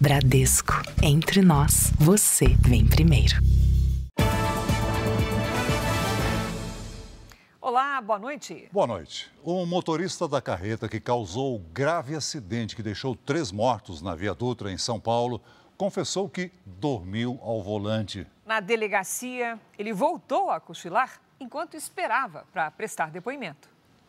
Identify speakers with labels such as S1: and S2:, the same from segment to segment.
S1: Bradesco. Entre nós, você vem primeiro.
S2: Olá, boa noite.
S3: Boa noite. O motorista da carreta que causou o grave acidente que deixou 3 mortos na Via Dutra, em São Paulo, confessou que dormiu ao volante.
S2: Na delegacia, ele voltou a cochilar enquanto esperava para prestar depoimento.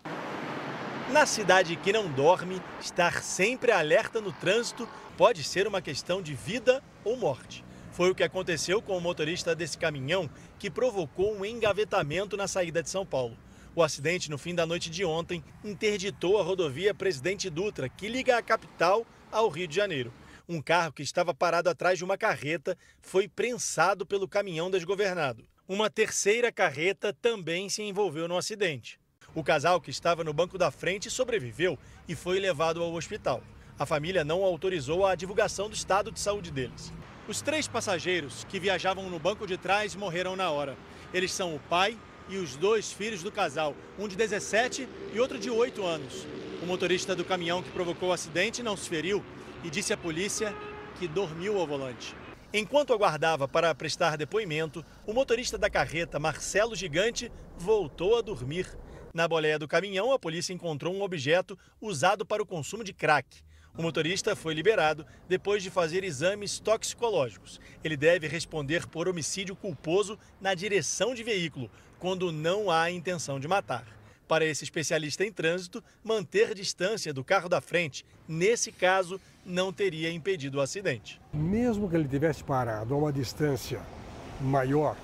S4: Na cidade que não dorme, estar sempre alerta no trânsito pode ser uma questão de vida ou morte. Foi o que aconteceu com o motorista desse caminhão que provocou um engavetamento na saída de São Paulo. O acidente, no fim da noite de ontem, interditou a rodovia Presidente Dutra, que liga a capital ao Rio de Janeiro. Um carro que estava parado atrás de uma carreta foi prensado pelo caminhão desgovernado. Uma terceira carreta também se envolveu no acidente. O casal que estava no banco da frente sobreviveu e foi levado ao hospital. A família não autorizou a divulgação do estado de saúde deles. Os 3 passageiros que viajavam no banco de trás morreram na hora. Eles são o pai e os 2 filhos do casal, um de 17 e outro de 8 anos. O motorista do caminhão que provocou o acidente não se feriu e disse à polícia que dormiu ao volante. Enquanto aguardava para prestar depoimento, o motorista da carreta, Marcelo Gigante, voltou a dormir. Na boleia do caminhão, a polícia encontrou um objeto usado para o consumo de crack. O motorista foi liberado depois de fazer exames toxicológicos. Ele deve responder por homicídio culposo na direção de veículo, quando não há intenção de matar. Para esse especialista em trânsito, manter distância do carro da frente, nesse caso, não teria impedido o acidente.
S5: Mesmo que ele tivesse parado a uma distância maior,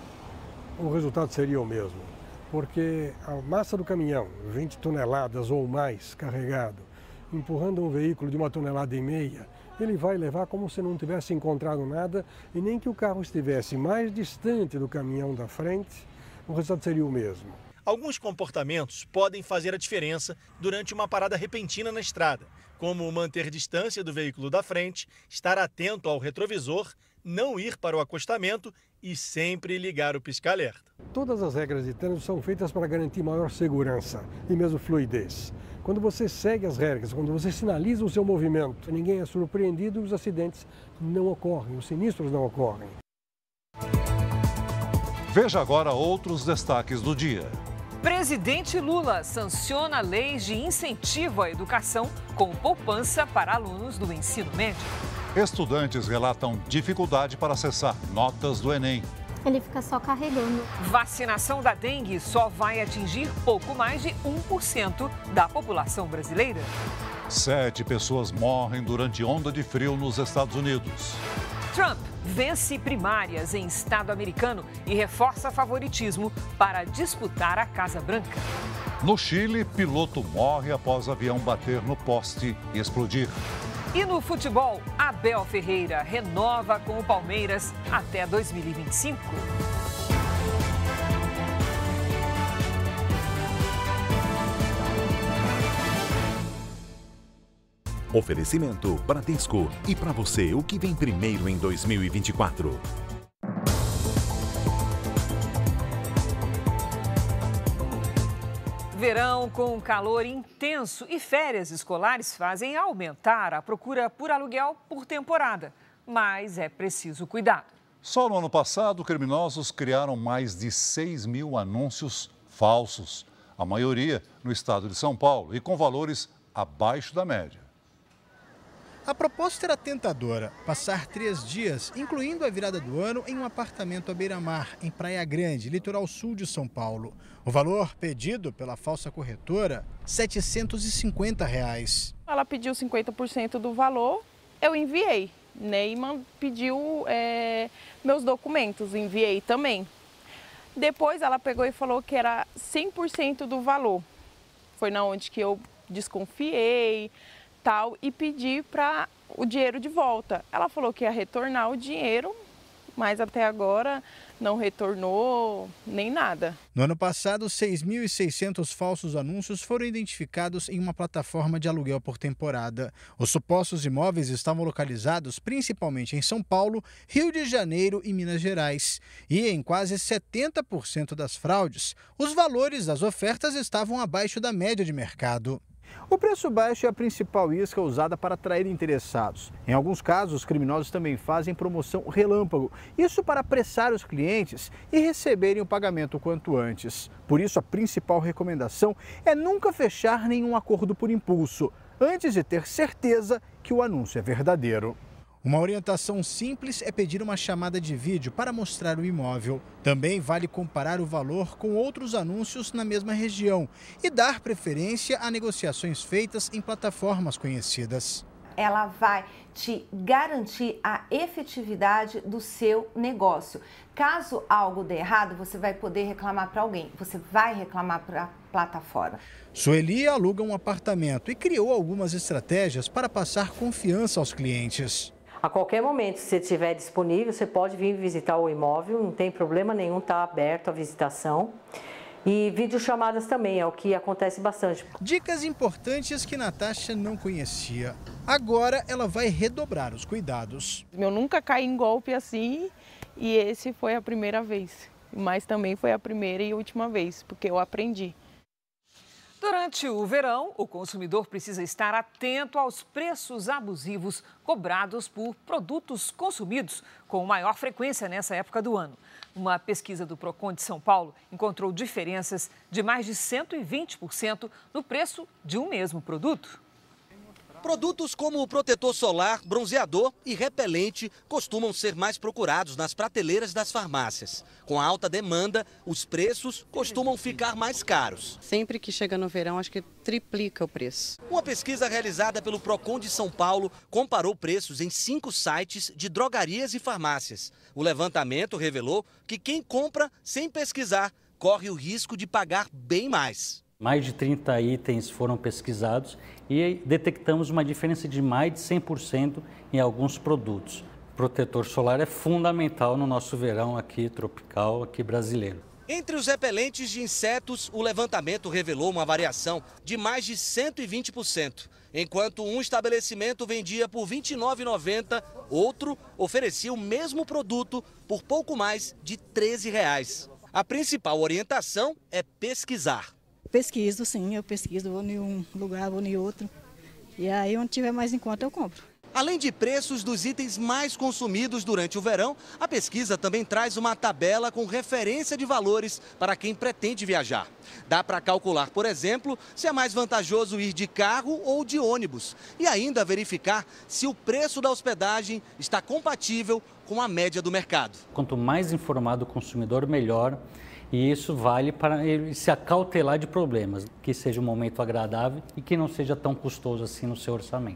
S5: o resultado seria o mesmo. Porque a massa do caminhão, 20 toneladas ou mais carregado, empurrando um veículo de 1,5 toneladas, ele vai levar como se não tivesse encontrado nada e nem que o carro estivesse mais distante do caminhão da frente, o resultado seria o mesmo.
S4: Alguns comportamentos podem fazer a diferença durante uma parada repentina na estrada, como manter distância do veículo da frente, estar atento ao retrovisor, não ir para o acostamento e sempre ligar o pisca-alerta.
S5: Todas as regras de trânsito são feitas para garantir maior segurança e mesmo fluidez. Quando você segue as regras, quando você sinaliza o seu movimento, ninguém é surpreendido e os acidentes não ocorrem, os sinistros não ocorrem.
S3: Veja agora outros destaques do dia.
S2: Presidente Lula sanciona leis de incentivo à educação com poupança para alunos do ensino médio.
S3: Estudantes relatam dificuldade para acessar notas do Enem.
S6: Ele fica só carregando.
S2: Vacinação da dengue só vai atingir pouco mais de 1% da população brasileira.
S3: 7 pessoas morrem durante onda de frio nos Estados Unidos.
S2: Trump vence primárias em estado americano e reforça favoritismo para disputar a Casa Branca.
S3: No Chile, piloto morre após avião bater no poste e explodir.
S2: E no futebol, Abel Ferreira renova com o Palmeiras até 2025.
S7: Oferecimento Bradesco. E para você, o que vem primeiro em 2024?
S2: Verão com calor intenso e férias escolares fazem aumentar a procura por aluguel por temporada. Mas é preciso cuidado.
S3: Só no ano passado, criminosos criaram mais de 6 mil anúncios falsos. A maioria no estado de São Paulo e com valores abaixo da média.
S8: A proposta era tentadora, passar 3 dias, incluindo a virada do ano, em um apartamento à beira-mar, em Praia Grande, litoral sul de São Paulo. O valor pedido pela falsa corretora, R$ 750.
S9: Ela pediu 50% do valor, eu enviei. Neyman pediu meus documentos, enviei também. Depois ela pegou e falou que era 100% do valor. Foi na onde que eu desconfiei, tal, e pedi para o dinheiro de volta. Ela falou que ia retornar o dinheiro, mas até agora não retornou nem nada.
S8: No ano passado, 6.600 falsos anúncios foram identificados em uma plataforma de aluguel por temporada. Os supostos imóveis estavam localizados principalmente em São Paulo, Rio de Janeiro e Minas Gerais. E em quase 70% das fraudes, os valores das ofertas estavam abaixo da média de mercado. O preço baixo é a principal isca usada para atrair interessados. Em alguns casos, os criminosos também fazem promoção relâmpago. Isso para apressar os clientes e receberem o pagamento o quanto antes. Por isso, a principal recomendação é nunca fechar nenhum acordo por impulso, antes de ter certeza que o anúncio é verdadeiro. Uma orientação simples é pedir uma chamada de vídeo para mostrar o imóvel. Também vale comparar o valor com outros anúncios na mesma região e dar preferência a negociações feitas em plataformas conhecidas.
S10: Ela vai te garantir a efetividade do seu negócio. Caso algo dê errado, você vai poder reclamar para alguém, você vai reclamar para a plataforma.
S8: Sueli aluga um apartamento e criou algumas estratégias para passar confiança aos clientes.
S11: A qualquer momento, se você estiver disponível, você pode vir visitar o imóvel, não tem problema nenhum, está aberto a visitação. E videochamadas também, é o que acontece bastante.
S8: Dicas importantes que Natasha não conhecia. Agora ela vai redobrar os cuidados.
S9: Eu nunca caí em golpe assim e esse foi a primeira vez. Mas também foi a primeira e última vez, porque eu aprendi.
S2: Durante o verão, o consumidor precisa estar atento aos preços abusivos cobrados por produtos consumidos com maior frequência nessa época do ano. Uma pesquisa do Procon de São Paulo encontrou diferenças de mais de 120% no preço de um mesmo produto.
S12: Produtos como o protetor solar, bronzeador e repelente costumam ser mais procurados nas prateleiras das farmácias. Com a alta demanda, os preços costumam ficar mais caros.
S13: Sempre que chega no verão, acho que triplica o preço.
S12: Uma pesquisa realizada pelo Procon de São Paulo comparou preços em 5 sites de drogarias e farmácias. O levantamento revelou que quem compra sem pesquisar corre o risco de pagar bem mais.
S14: Mais de 30 itens foram pesquisados e detectamos uma diferença de mais de 100% em alguns produtos. O protetor solar é fundamental no nosso verão aqui tropical, aqui brasileiro.
S12: Entre os repelentes de insetos, o levantamento revelou uma variação de mais de 120%. Enquanto um estabelecimento vendia por R$ 29,90, outro oferecia o mesmo produto por pouco mais de R$ 13. A principal orientação é pesquisar.
S15: Pesquiso, sim, eu pesquiso, vou em um lugar, vou em outro. E aí, onde tiver mais em conta, eu compro.
S12: Além de preços dos itens mais consumidos durante o verão, a pesquisa também traz uma tabela com referência de valores para quem pretende viajar. Dá para calcular, por exemplo, se é mais vantajoso ir de carro ou de ônibus. E ainda verificar se o preço da hospedagem está compatível com a média do mercado.
S14: Quanto mais informado o consumidor, melhor. E isso vale para ele se acautelar de problemas, que seja um momento agradável e que não seja tão custoso assim no seu orçamento.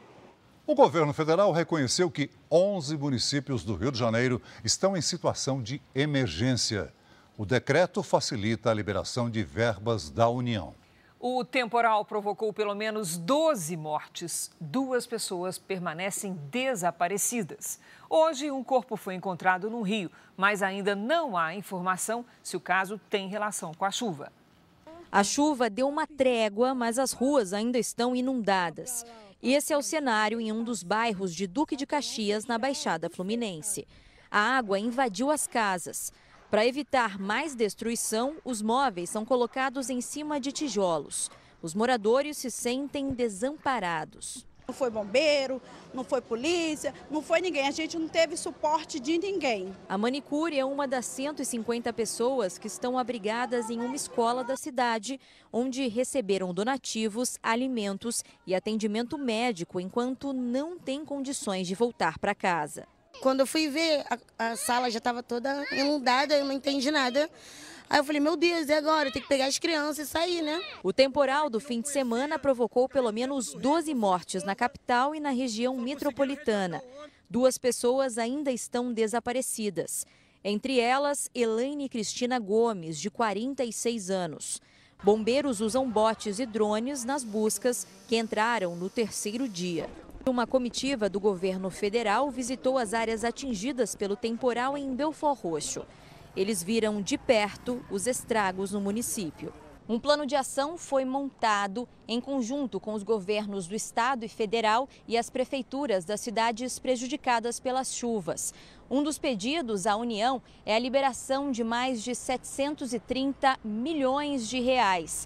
S3: O governo federal reconheceu que 11 municípios do Rio de Janeiro estão em situação de emergência. O decreto facilita a liberação de verbas da União.
S2: O temporal provocou pelo menos 12 mortes. 2 pessoas permanecem desaparecidas. Hoje, um corpo foi encontrado no Rio, mas ainda não há informação se o caso tem relação com a chuva.
S16: A chuva deu uma trégua, mas as ruas ainda estão inundadas. Esse é o cenário em um dos bairros de Duque de Caxias, na Baixada Fluminense. A água invadiu as casas. Para evitar mais destruição, os móveis são colocados em cima de tijolos. Os moradores se sentem desamparados.
S17: Não foi bombeiro, não foi polícia, não foi ninguém. A gente não teve suporte de ninguém.
S16: A manicure é uma das 150 pessoas que estão abrigadas em uma escola da cidade, onde receberam donativos, alimentos e atendimento médico enquanto não têm condições de voltar para casa.
S18: Quando eu fui ver, a sala já estava toda inundada, eu não entendi nada. Aí eu falei, meu Deus, e agora? Tem que pegar as crianças e sair, né?
S16: O temporal do fim de semana provocou pelo menos 12 mortes na capital e na região metropolitana. 2 pessoas ainda estão desaparecidas. Entre elas, Elaine Cristina Gomes, de 46 anos. Bombeiros usam botes e drones nas buscas, que entraram no 3º dia. Uma comitiva do governo federal visitou as áreas atingidas pelo temporal em Belford Roxo. Eles viram de perto os estragos no município. Um plano de ação foi montado em conjunto com os governos do estado e federal e as prefeituras das cidades prejudicadas pelas chuvas. Um dos pedidos à União é a liberação de mais de 730 milhões de reais.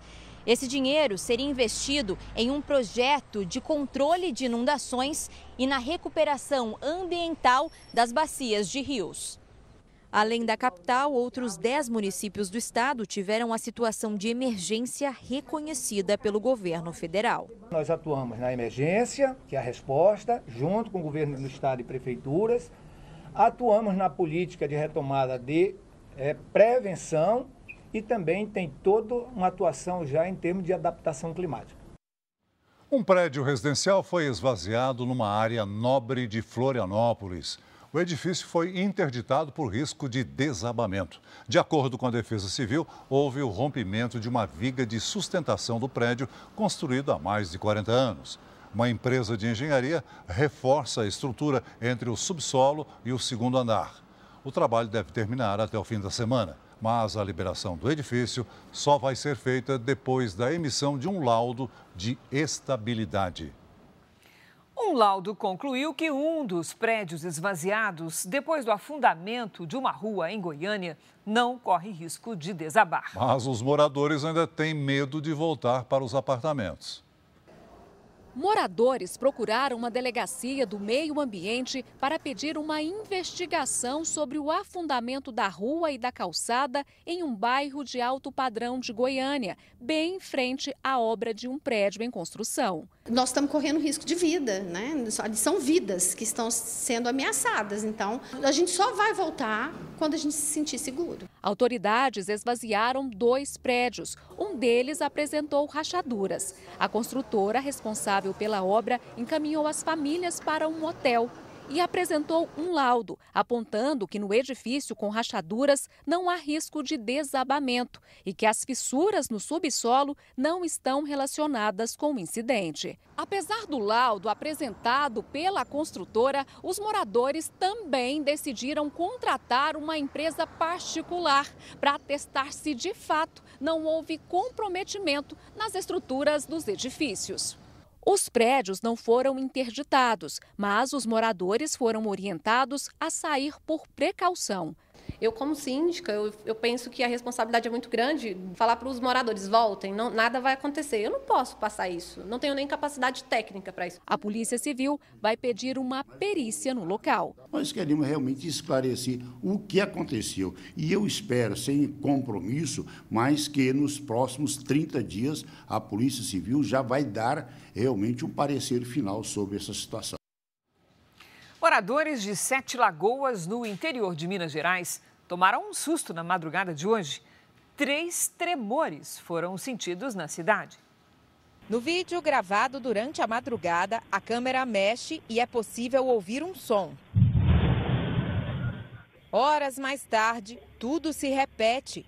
S16: Esse dinheiro seria investido em um projeto de controle de inundações e na recuperação ambiental das bacias de rios. Além da capital, outros 10 municípios do estado tiveram a situação de emergência reconhecida pelo governo federal.
S19: Nós atuamos na emergência, que é a resposta, junto com o governo do estado e prefeituras. Atuamos na política de retomada de prevenção e também tem toda uma atuação já em termos de adaptação climática.
S3: Um prédio residencial foi esvaziado numa área nobre de Florianópolis. O edifício foi interditado por risco de desabamento. De acordo com a Defesa Civil, houve o rompimento de uma viga de sustentação do prédio construído há mais de 40 anos. Uma empresa de engenharia reforça a estrutura entre o subsolo e o segundo andar. O trabalho deve terminar até o fim da semana, mas a liberação do edifício só vai ser feita depois da emissão de um laudo de estabilidade.
S2: Um laudo concluiu que um dos prédios esvaziados, depois do afundamento de uma rua em Goiânia, não corre risco de desabar.
S3: Mas os moradores ainda têm medo de voltar para os apartamentos.
S20: Moradores procuraram uma delegacia do meio ambiente para pedir uma investigação sobre o afundamento da rua e da calçada em um bairro de alto padrão de Goiânia, bem em frente à obra de um prédio em construção.
S21: Nós estamos correndo risco de vida, né? São vidas que estão sendo ameaçadas, então a gente só vai voltar quando a gente se sentir seguro.
S20: Autoridades esvaziaram 2 prédios, um deles apresentou rachaduras. A construtora responsável pela obra encaminhou as famílias para um hotel e apresentou um laudo, apontando que no edifício com rachaduras não há risco de desabamento e que as fissuras no subsolo não estão relacionadas com o incidente. Apesar do laudo apresentado pela construtora, os moradores também decidiram contratar uma empresa particular para testar se de fato não houve comprometimento nas estruturas dos edifícios. Os prédios não foram interditados, mas os moradores foram orientados a sair por precaução.
S22: Eu, como síndica, eu penso que a responsabilidade é muito grande. Falar para os moradores, voltem, nada vai acontecer. Eu não posso passar isso, não tenho nem capacidade técnica para isso.
S20: A Polícia Civil vai pedir uma perícia no local.
S23: Nós queremos realmente esclarecer o que aconteceu. E eu espero, sem compromisso, mas que nos próximos 30 dias a Polícia Civil já vai dar realmente um parecer final sobre essa situação.
S2: Moradores de 7 Lagoas, no interior de Minas Gerais, tomaram um susto na madrugada de hoje. 3 tremores foram sentidos na cidade.
S24: No vídeo gravado durante a madrugada, a câmera mexe e é possível ouvir um som. Horas mais tarde, tudo se repete.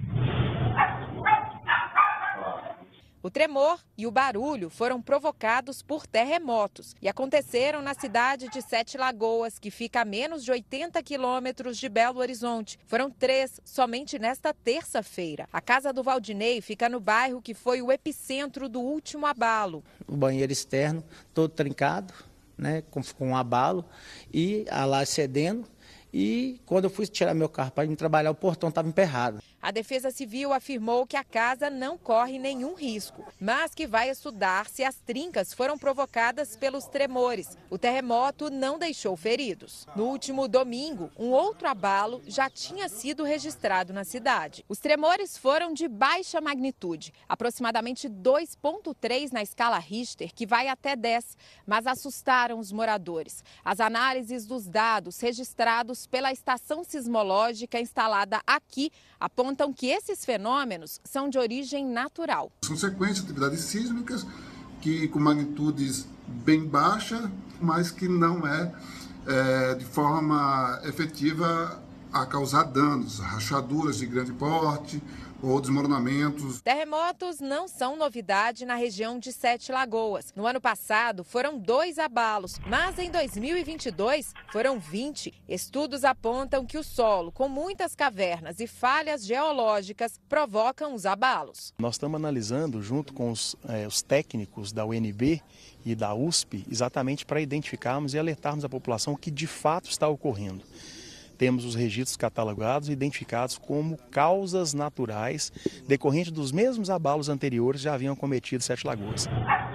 S24: O tremor e o barulho foram provocados por terremotos e aconteceram na cidade de 7 Lagoas, que fica a menos de 80 quilômetros de Belo Horizonte. Foram 3 somente nesta terça-feira. A casa do Valdinei fica no bairro que foi o epicentro do último abalo.
S25: O banheiro externo todo trincado, né, com um abalo e a laje cedendo. E quando eu fui tirar meu carro para ir trabalhar, o portão estava emperrado.
S24: A Defesa Civil afirmou que a casa não corre nenhum risco, mas que vai estudar se as trincas foram provocadas pelos tremores. O terremoto não deixou feridos. No último domingo, um outro abalo já tinha sido registrado na cidade. Os tremores foram de baixa magnitude, aproximadamente 2,3 na escala Richter, que vai até 10, mas assustaram os moradores. As análises dos dados registrados pela estação sismológica instalada aqui apontam que esses fenômenos são de origem natural.
S26: São sequências de atividades sísmicas que com magnitudes bem baixa, mas que não de forma efetiva a causar danos, rachaduras de grande porte ou desmoronamentos.
S24: Terremotos não são novidade na região de 7 Lagoas. No ano passado foram 2 abalos, mas em 2022 foram 20. Estudos apontam que o solo, com muitas cavernas e falhas geológicas, provocam os abalos.
S27: Nós estamos analisando, junto com os técnicos da UNB e da USP, exatamente para identificarmos e alertarmos a população o que de fato está ocorrendo. temos os registros catalogados e identificados como causas naturais decorrentes dos mesmos abalos anteriores que já haviam cometido Sete Lagoas.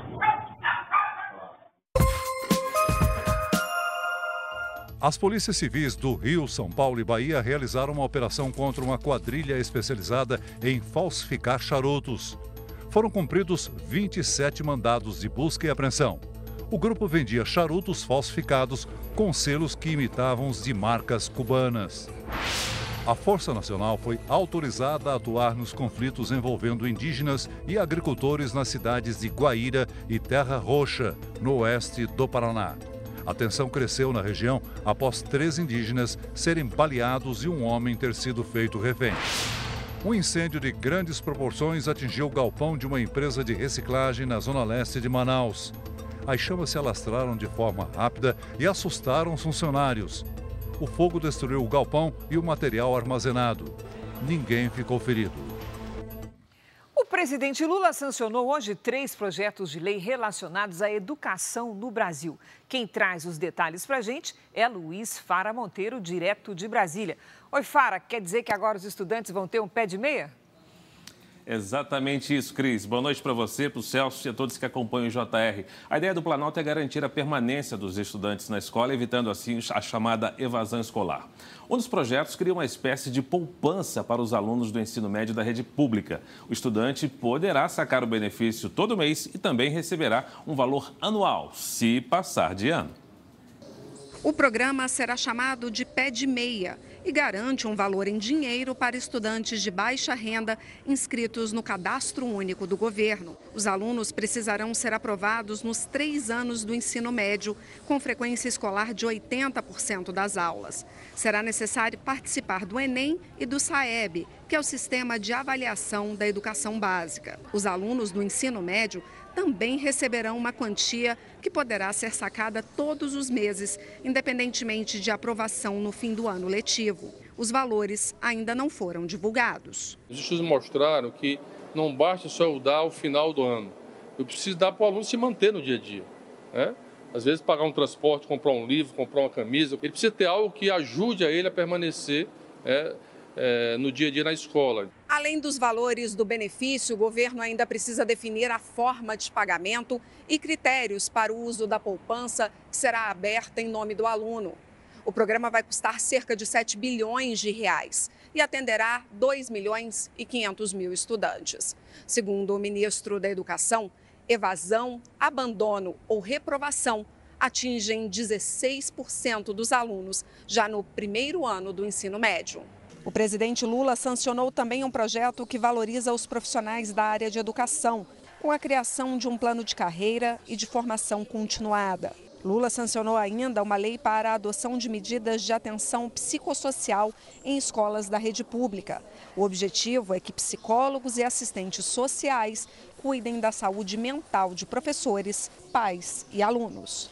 S3: As polícias civis do Rio, São Paulo e Bahia realizaram uma operação contra uma quadrilha especializada em falsificar charutos. Foram cumpridos 27 mandados de busca e apreensão. O grupo vendia charutos falsificados com selos que imitavam os de marcas cubanas. A Força Nacional foi autorizada a atuar nos conflitos envolvendo indígenas e agricultores nas cidades de Guaíra e Terra Roxa, no oeste do Paraná. A tensão cresceu na região após 3 indígenas serem baleados e um homem ter sido feito refém. Um incêndio de grandes proporções atingiu o galpão de uma empresa de reciclagem na zona leste de Manaus. As chamas se alastraram de forma rápida e assustaram os funcionários. O fogo destruiu o galpão e o material armazenado. Ninguém ficou ferido.
S2: O presidente Lula sancionou hoje 3 projetos de lei relacionados à educação no Brasil. Quem traz os detalhes para a gente é Luiz Fara Monteiro, direto de Brasília. Oi, Fara, quer dizer que agora os estudantes vão ter um pé de meia?
S1: Exatamente isso, Cris. Boa noite para você, para o Celso e a todos que acompanham o JR. A ideia do Planalto é garantir a permanência dos estudantes na escola, evitando assim a chamada evasão escolar. Um dos projetos cria uma espécie de poupança para os alunos do ensino médio da rede pública. O estudante poderá sacar o benefício todo mês e também receberá um valor anual, se passar de ano.
S4: O programa será chamado de Pé de Meia e garante um valor em dinheiro para estudantes de baixa renda inscritos no Cadastro Único do governo. Os alunos precisarão ser aprovados nos 3 anos do ensino médio, com frequência escolar de 80% das aulas. Será necessário participar do Enem e do SAEB, que é o Sistema de Avaliação da Educação Básica. Os alunos do ensino médio também receberão uma quantia que poderá ser sacada todos os meses, independentemente de aprovação no fim do ano letivo. Os valores ainda não foram divulgados.
S5: Os estudos mostraram que não basta só eu dar ao final do ano. Eu preciso dar para o aluno se manter no dia a dia, né? Às vezes pagar um transporte, comprar um livro, comprar uma camisa. Ele precisa ter algo que ajude a ele a permanecer no dia a dia na escola.
S4: Além dos valores do benefício, o governo ainda precisa definir a forma de pagamento e critérios para o uso da poupança, que será aberta em nome do aluno. O programa vai custar cerca de 7 bilhões de reais e atenderá 2 milhões e 500 mil estudantes. Segundo o ministro da Educação, evasão, abandono ou reprovação atingem 16% dos alunos já no primeiro ano do ensino médio. O presidente Lula sancionou também um projeto que valoriza os profissionais da área de educação, com a criação de um plano de carreira e de formação continuada. Lula sancionou ainda uma lei para a adoção de medidas de atenção psicossocial em escolas da rede pública. O objetivo é que psicólogos e assistentes sociais cuidem da saúde mental de professores, pais e alunos.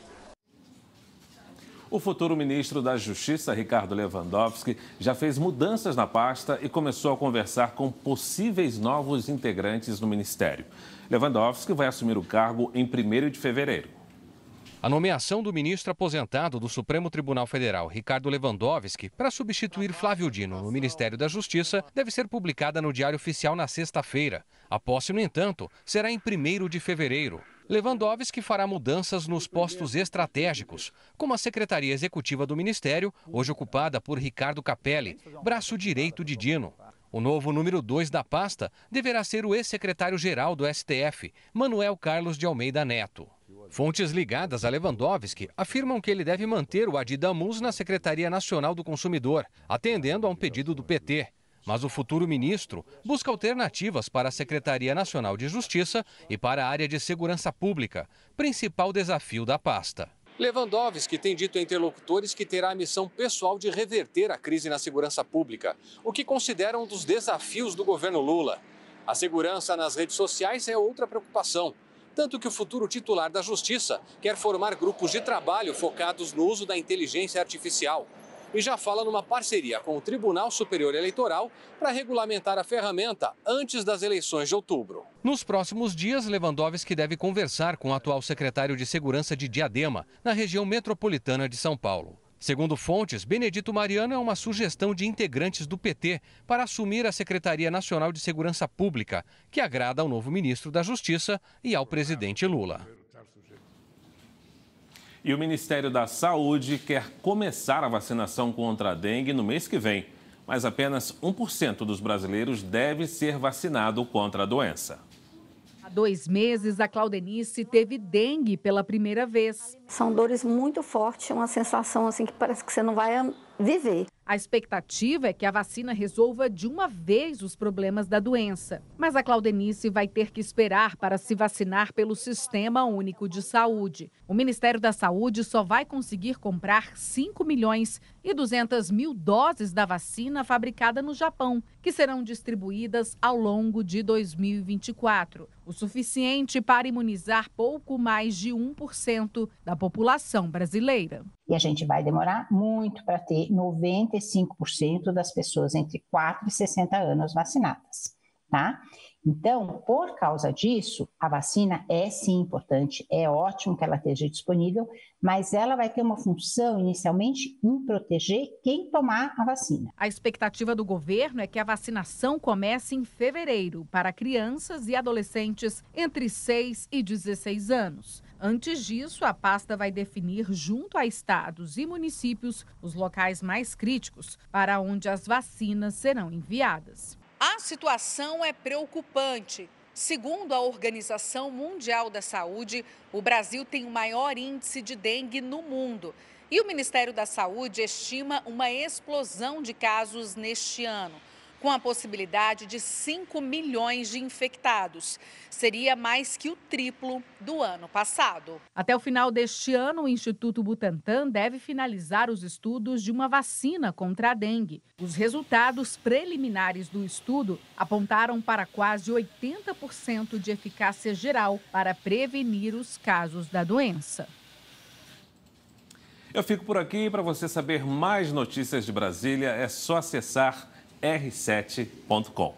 S1: O futuro ministro da Justiça, Ricardo Lewandowski, já fez mudanças na pasta e começou a conversar com possíveis novos integrantes no ministério. Lewandowski vai assumir o cargo em 1º de fevereiro.
S6: A nomeação do ministro aposentado do Supremo Tribunal Federal, Ricardo Lewandowski, para substituir Flávio Dino no Ministério da Justiça, deve ser publicada no Diário Oficial na sexta-feira. A posse, no entanto, será em 1º de fevereiro. Lewandowski fará mudanças nos postos estratégicos, como a Secretaria Executiva do Ministério, hoje ocupada por Ricardo Capelli, braço direito de Dino. O novo número 2 da pasta deverá ser o ex-secretário-geral do STF, Manuel Carlos de Almeida Neto. Fontes ligadas a Lewandowski afirmam que ele deve manter o Adi Damus na Secretaria Nacional do Consumidor, atendendo a um pedido do PT. Mas o futuro ministro busca alternativas para a Secretaria Nacional de Justiça e para a área de segurança pública, principal desafio da pasta. Lewandowski tem dito a interlocutores que terá a missão pessoal de reverter a crise na segurança pública, o que considera um dos desafios do governo Lula. A segurança nas redes sociais é outra preocupação, tanto que o futuro titular da Justiça quer formar grupos de trabalho focados no uso da inteligência artificial. E já fala numa parceria com o Tribunal Superior Eleitoral para regulamentar a ferramenta antes das eleições de outubro. Nos próximos dias, Lewandowski deve conversar com o atual secretário de Segurança de Diadema, na região metropolitana de São Paulo. Segundo fontes, Benedito Mariano é uma sugestão de integrantes do PT para assumir a Secretaria Nacional de Segurança Pública, que agrada ao novo ministro da Justiça e ao presidente Lula.
S1: E o Ministério da Saúde quer começar a vacinação contra a dengue no mês que vem, mas apenas 1% dos brasileiros deve ser vacinado contra a doença.
S7: Há 2 meses, a Claudenice teve dengue pela primeira vez.
S8: São dores muito fortes, uma sensação assim que parece que você não vai viver.
S7: A expectativa é que a vacina resolva de uma vez os problemas da doença. Mas a Claudenice vai ter que esperar para se vacinar pelo Sistema Único de Saúde. O Ministério da Saúde só vai conseguir comprar 5.200.000 doses da vacina fabricada no Japão, que serão distribuídas ao longo de 2024. O suficiente para imunizar pouco mais de 1% da população brasileira.
S9: E a gente vai demorar muito para ter 95% das pessoas entre 4 e 60 anos vacinadas, tá? Então, por causa disso, a vacina é sim importante, é ótimo que ela esteja disponível, mas ela vai ter uma função inicialmente em proteger quem tomar a vacina.
S7: A expectativa do governo é que a vacinação comece em fevereiro para crianças e adolescentes entre 6 e 16 anos. Antes disso, a pasta vai definir, junto a estados e municípios, os locais mais críticos para onde as vacinas serão enviadas.
S2: A situação é preocupante. Segundo a Organização Mundial da Saúde, o Brasil tem o maior índice de dengue no mundo. E o Ministério da Saúde estima uma explosão de casos neste ano, com a possibilidade de 5 milhões de infectados. Seria mais que o triplo do ano passado.
S7: Até o final deste ano, o Instituto Butantan deve finalizar os estudos de uma vacina contra a dengue. Os resultados preliminares do estudo apontaram para quase 80% de eficácia geral para prevenir os casos da doença.
S1: Eu fico por aqui. Para você saber mais notícias de Brasília, é só acessar r7.com.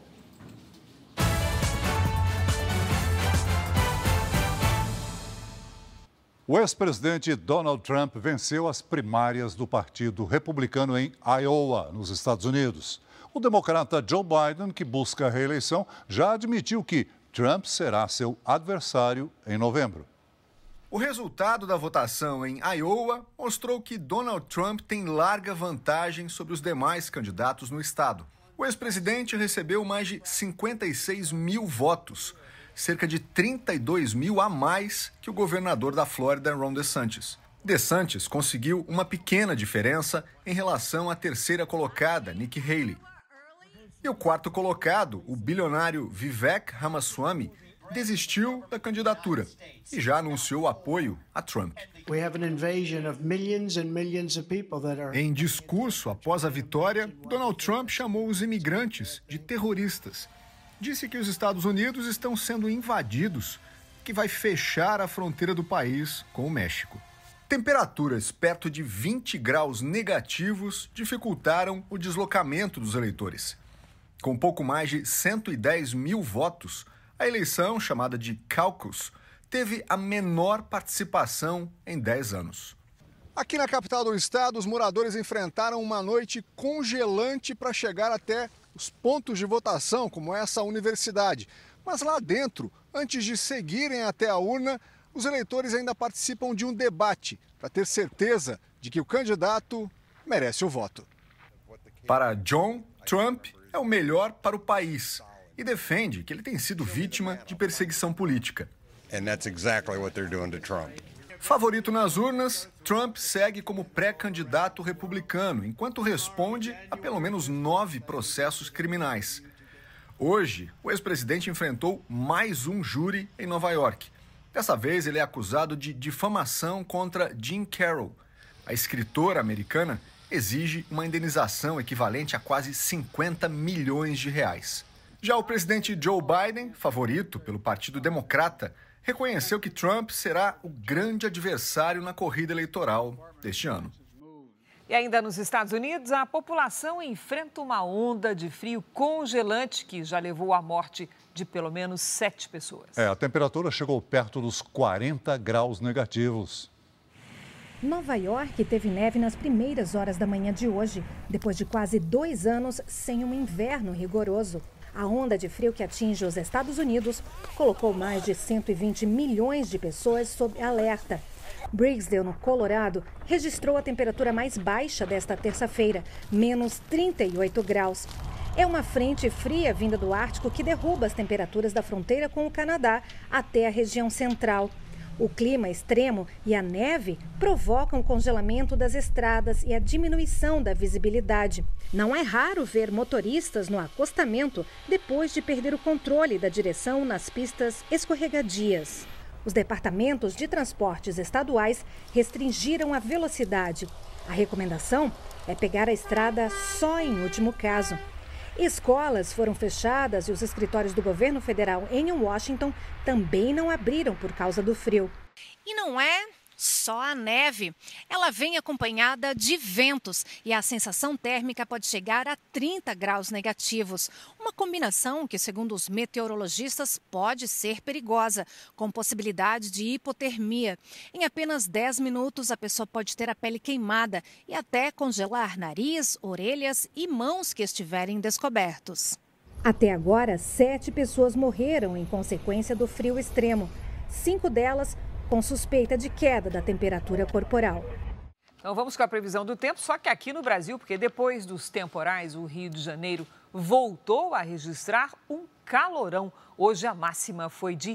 S3: O ex-presidente Donald Trump venceu as primárias do Partido Republicano em Iowa, nos Estados Unidos. O democrata Joe Biden, que busca a reeleição, já admitiu que Trump será seu adversário em novembro.
S10: O resultado da votação em Iowa mostrou que Donald Trump tem larga vantagem sobre os demais candidatos no estado. O ex-presidente recebeu mais de 56 mil votos, cerca de 32 mil a mais que o governador da Flórida, Ron DeSantis. DeSantis conseguiu uma pequena diferença em relação à terceira colocada, Nikki Haley. E o quarto colocado, o bilionário Vivek Ramaswamy, desistiu da candidatura e já anunciou apoio a Trump. Em discurso após a vitória, Donald Trump chamou os imigrantes de terroristas. Disse que os Estados Unidos estão sendo invadidos, que vai fechar a fronteira do país com o México. Temperaturas perto de 20 graus negativos dificultaram o deslocamento dos eleitores. Com pouco mais de 110 mil votos, a eleição, chamada de caucus, teve a menor participação em 10 anos. Aqui na capital do estado, os moradores enfrentaram uma noite congelante para chegar até os pontos de votação, como essa universidade. Mas lá dentro, antes de seguirem até a urna, os eleitores ainda participam de um debate para ter certeza de que o candidato merece o voto. Para John, Trump é o melhor para o país e defende que ele tem sido vítima de perseguição política. Favorito nas urnas, Trump segue como pré-candidato republicano, enquanto responde a pelo menos 9 processos criminais. Hoje, o ex-presidente enfrentou mais um júri em Nova York. Dessa vez, ele é acusado de difamação contra Jean Carroll. A escritora americana exige uma indenização equivalente a quase 50 milhões de reais. Já o presidente Joe Biden, favorito pelo Partido Democrata, reconheceu que Trump será o grande adversário na corrida eleitoral deste ano.
S2: E ainda nos Estados Unidos, a população enfrenta uma onda de frio congelante que já levou à morte de pelo menos 7 pessoas.
S3: A temperatura chegou perto dos 40 graus negativos.
S11: Nova York teve neve nas primeiras horas da manhã de hoje, depois de quase 2 anos sem um inverno rigoroso. A onda de frio que atinge os Estados Unidos colocou mais de 120 milhões de pessoas sob alerta. Brigsdale, no Colorado, registrou a temperatura mais baixa desta terça-feira, menos 38 graus. É uma frente fria vinda do Ártico que derruba as temperaturas da fronteira com o Canadá até a região central. O clima extremo e a neve provocam o congelamento das estradas e a diminuição da visibilidade. Não é raro ver motoristas no acostamento depois de perder o controle da direção nas pistas escorregadias. Os departamentos de transportes estaduais restringiram a velocidade. A recomendação é pegar a estrada só em último caso. Escolas foram fechadas e os escritórios do governo federal em Washington também não abriram por causa do frio.
S12: E não é só a neve. Ela vem acompanhada de ventos e a sensação térmica pode chegar a 30 graus negativos. Uma combinação que, segundo os meteorologistas, pode ser perigosa, com possibilidade de hipotermia. Em apenas 10 minutos, a pessoa pode ter a pele queimada e até congelar nariz, orelhas e mãos que estiverem descobertos.
S11: Até agora, 7 pessoas morreram em consequência do frio extremo. 5 delas com suspeita de queda da temperatura corporal.
S2: Então vamos com a previsão do tempo, só que aqui no Brasil, porque depois dos temporais, o Rio de Janeiro voltou a registrar um calorão. Hoje a máxima foi de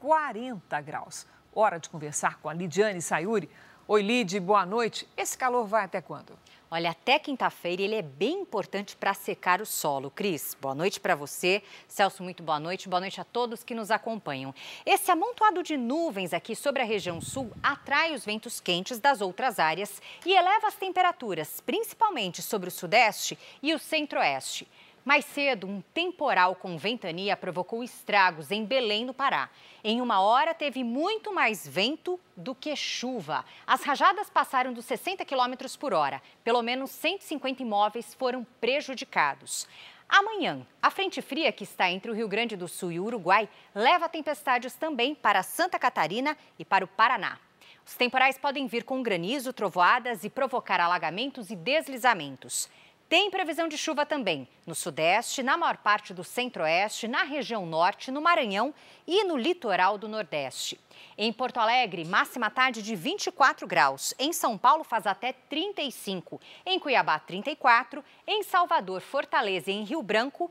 S2: 40 graus. Hora de conversar com a Lidiane Sayuri. Oi, Lid, boa noite. Esse calor vai até quando?
S13: Olha, até quinta-feira ele é bem importante para secar o solo. Cris, boa noite para você. Celso, muito boa noite. Boa noite a todos que nos acompanham. Esse amontoado de nuvens aqui sobre a região sul atrai os ventos quentes das outras áreas e eleva as temperaturas, principalmente sobre o sudeste e o centro-oeste. Mais cedo, um temporal com ventania provocou estragos em Belém, no Pará. Em 1 hora, teve muito mais vento do que chuva. As rajadas passaram dos 60 km por hora. Pelo menos 150 imóveis foram prejudicados. Amanhã, a frente fria que está entre o Rio Grande do Sul e o Uruguai leva tempestades também para Santa Catarina e para o Paraná. Os temporais podem vir com granizo, trovoadas e provocar alagamentos e deslizamentos. Tem previsão de chuva também no sudeste, na maior parte do centro-oeste, na região norte, no Maranhão e no litoral do nordeste. Em Porto Alegre, máxima tarde de 24 graus. Em São Paulo faz até 35. Em Cuiabá, 34. Em Salvador, Fortaleza e em Rio Branco,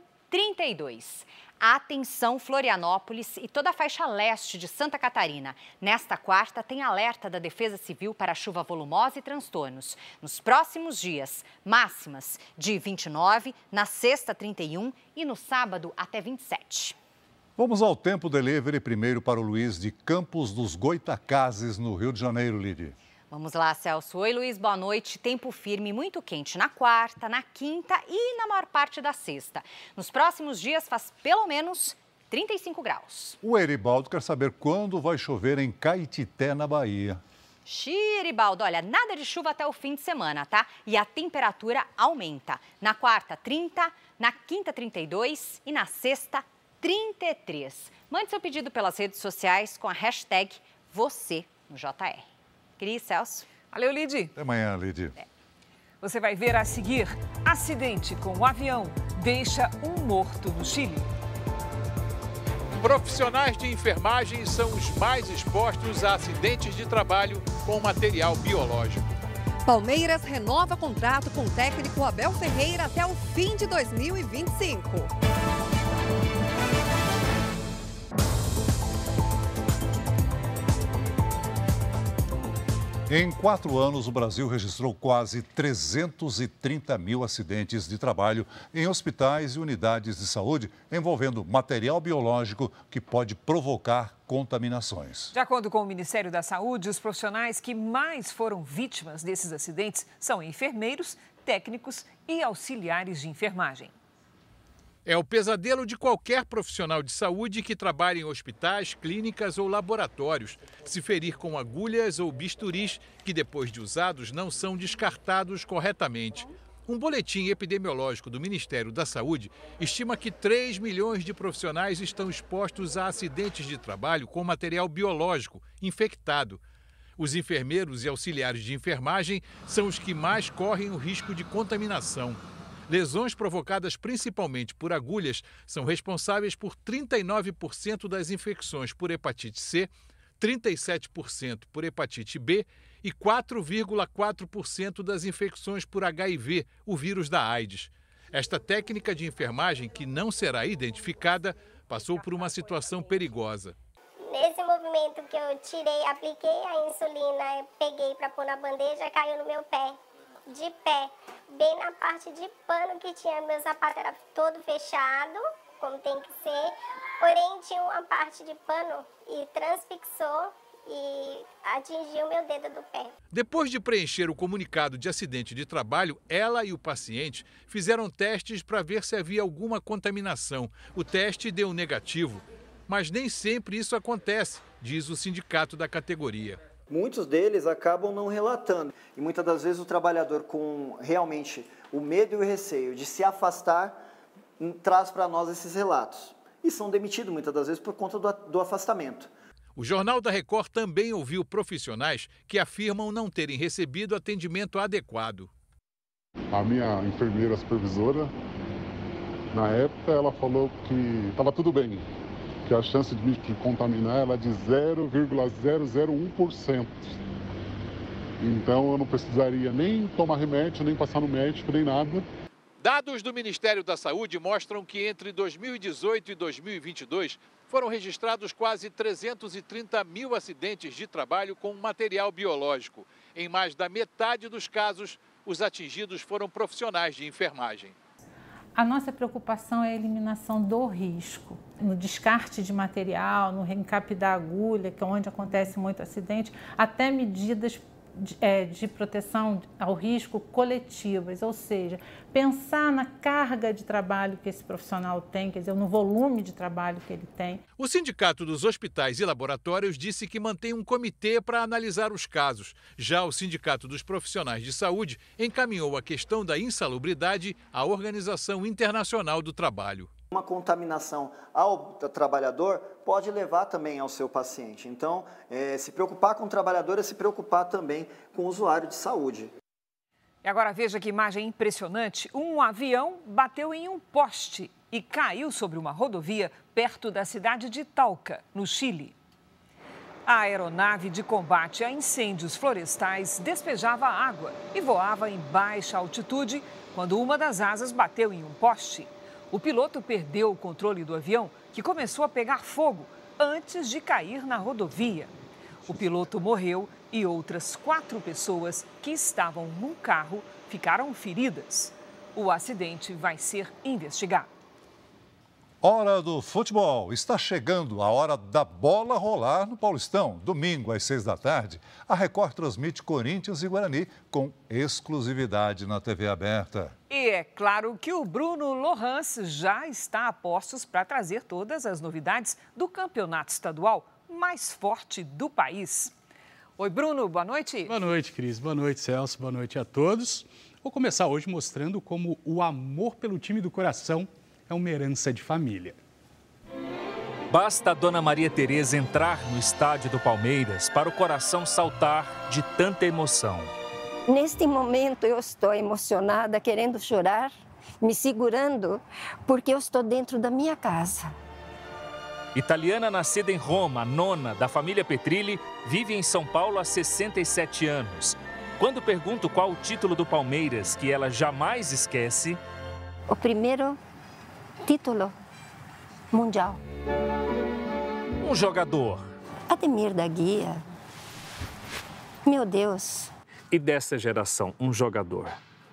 S13: 32. Atenção, Florianópolis e toda a faixa leste de Santa Catarina. Nesta quarta, tem alerta da Defesa Civil para chuva volumosa e transtornos. Nos próximos dias, máximas de 29, na sexta, 31 e no sábado, até 27.
S3: Vamos ao Tempo Delivery, primeiro para o Luiz de Campos dos Goitacazes, no Rio de Janeiro, Lidi.
S13: Vamos lá, Celso. Oi, Luiz, boa noite. Tempo firme, muito quente na quarta, na quinta e na maior parte da sexta. Nos próximos dias faz pelo menos 35 graus.
S3: O Eribaldo quer saber quando vai chover em Caetité, na Bahia.
S13: Eribaldo, olha, nada de chuva até o fim de semana, tá? E a temperatura aumenta. Na quarta, 30, na quinta, 32 e na sexta, 33. Mande seu pedido pelas redes sociais com a hashtag você no JR. Cris, Celso.
S2: Valeu, Lidi.
S3: Até amanhã, Lidi.
S2: Você vai ver a seguir: acidente com o avião deixa um morto no Chile.
S14: Profissionais de enfermagem são os mais expostos a acidentes de trabalho com material biológico.
S15: Palmeiras renova contrato com o técnico Abel Ferreira até o fim de 2025.
S3: Em 4 anos, o Brasil registrou quase 330 mil acidentes de trabalho em hospitais e unidades de saúde envolvendo material biológico que pode provocar contaminações.
S2: De acordo com o Ministério da Saúde, os profissionais que mais foram vítimas desses acidentes são enfermeiros, técnicos e auxiliares de enfermagem.
S14: É o pesadelo de qualquer profissional de saúde que trabalha em hospitais, clínicas ou laboratórios. Se ferir com agulhas ou bisturis que, depois de usados, não são descartados corretamente. Um boletim epidemiológico do Ministério da Saúde estima que 3 milhões de profissionais estão expostos a acidentes de trabalho com material biológico infectado. Os enfermeiros e auxiliares de enfermagem são os que mais correm o risco de contaminação. Lesões provocadas principalmente por agulhas são responsáveis por 39% das infecções por hepatite C, 37% por hepatite B e 4,4% das infecções por HIV, o vírus da AIDS. Esta técnica de enfermagem, que não será identificada, passou por uma situação perigosa.
S16: Nesse movimento que eu tirei, apliquei a insulina, peguei para pôr na bandeja, caiu no meu pé, de pé, bem na parte de pano que tinha, meu sapato era todo fechado, como tem que ser, porém tinha uma parte de pano e transfixou e atingiu meu dedo do pé.
S14: Depois de preencher o comunicado de acidente de trabalho, ela e o paciente fizeram testes para ver se havia alguma contaminação. O teste deu negativo, mas nem sempre isso acontece, diz o sindicato da categoria.
S17: Muitos deles acabam não relatando e muitas das vezes o trabalhador com realmente o medo e o receio de se afastar traz para nós esses relatos e são demitidos muitas das vezes por conta do afastamento.
S14: O Jornal da Record também ouviu profissionais que afirmam não terem recebido atendimento adequado.
S18: A minha enfermeira supervisora, na época, ela falou que estava tudo bem, que a chance de me contaminar era de 0,001%. Então eu não precisaria nem tomar remédio, nem passar no médico, nem nada.
S14: Dados do Ministério da Saúde mostram que entre 2018 e 2022 foram registrados quase 330 mil acidentes de trabalho com material biológico. Em mais da metade dos casos, os atingidos foram profissionais de enfermagem.
S19: A nossa preocupação é a eliminação do risco. No descarte de material, no reencape da agulha, que é onde acontece muito acidente, até medidas de proteção ao risco coletivas, ou seja, pensar na carga de trabalho que esse profissional tem, quer dizer, no volume de trabalho que ele tem.
S14: O Sindicato dos Hospitais e Laboratórios disse que mantém um comitê para analisar os casos. Já o Sindicato dos Profissionais de Saúde encaminhou a questão da insalubridade à Organização Internacional do Trabalho.
S17: Uma contaminação ao trabalhador pode levar também ao seu paciente. Então, se preocupar com o trabalhador é se preocupar também com o usuário de saúde.
S2: E agora veja que imagem impressionante. Um avião bateu em um poste e caiu sobre uma rodovia perto da cidade de Talca, no Chile. A aeronave de combate a incêndios florestais despejava água e voava em baixa altitude quando uma das asas bateu em um poste. O piloto perdeu o controle do avião, que começou a pegar fogo antes de cair na rodovia. O piloto morreu e outras 4 pessoas que estavam num carro ficaram feridas. O acidente vai ser investigado.
S3: Hora do futebol. Está chegando a hora da bola rolar no Paulistão. Domingo, às 6 da tarde, a Record transmite Corinthians e Guarani com exclusividade na TV aberta.
S2: E é claro que o Bruno Lohans já está a postos para trazer todas as novidades do campeonato estadual mais forte do país. Oi, Bruno, boa noite.
S20: Boa noite, Cris. Boa noite, Celso. Boa noite a todos. Vou começar hoje mostrando como o amor pelo time do coração é uma herança de família.
S21: Basta a Dona Maria Tereza entrar no estádio do Palmeiras para o coração saltar de tanta emoção.
S16: Neste momento eu estou emocionada, querendo chorar, me segurando, porque eu estou dentro da minha casa.
S21: Italiana nascida em Roma, nona da família Petrilli, vive em São Paulo há 67 anos. Quando pergunto qual o título do Palmeiras que ela jamais esquece...
S16: O primeiro título mundial.
S21: Um jogador.
S16: Ademir da Guia. Meu Deus.
S21: E dessa geração, um jogador?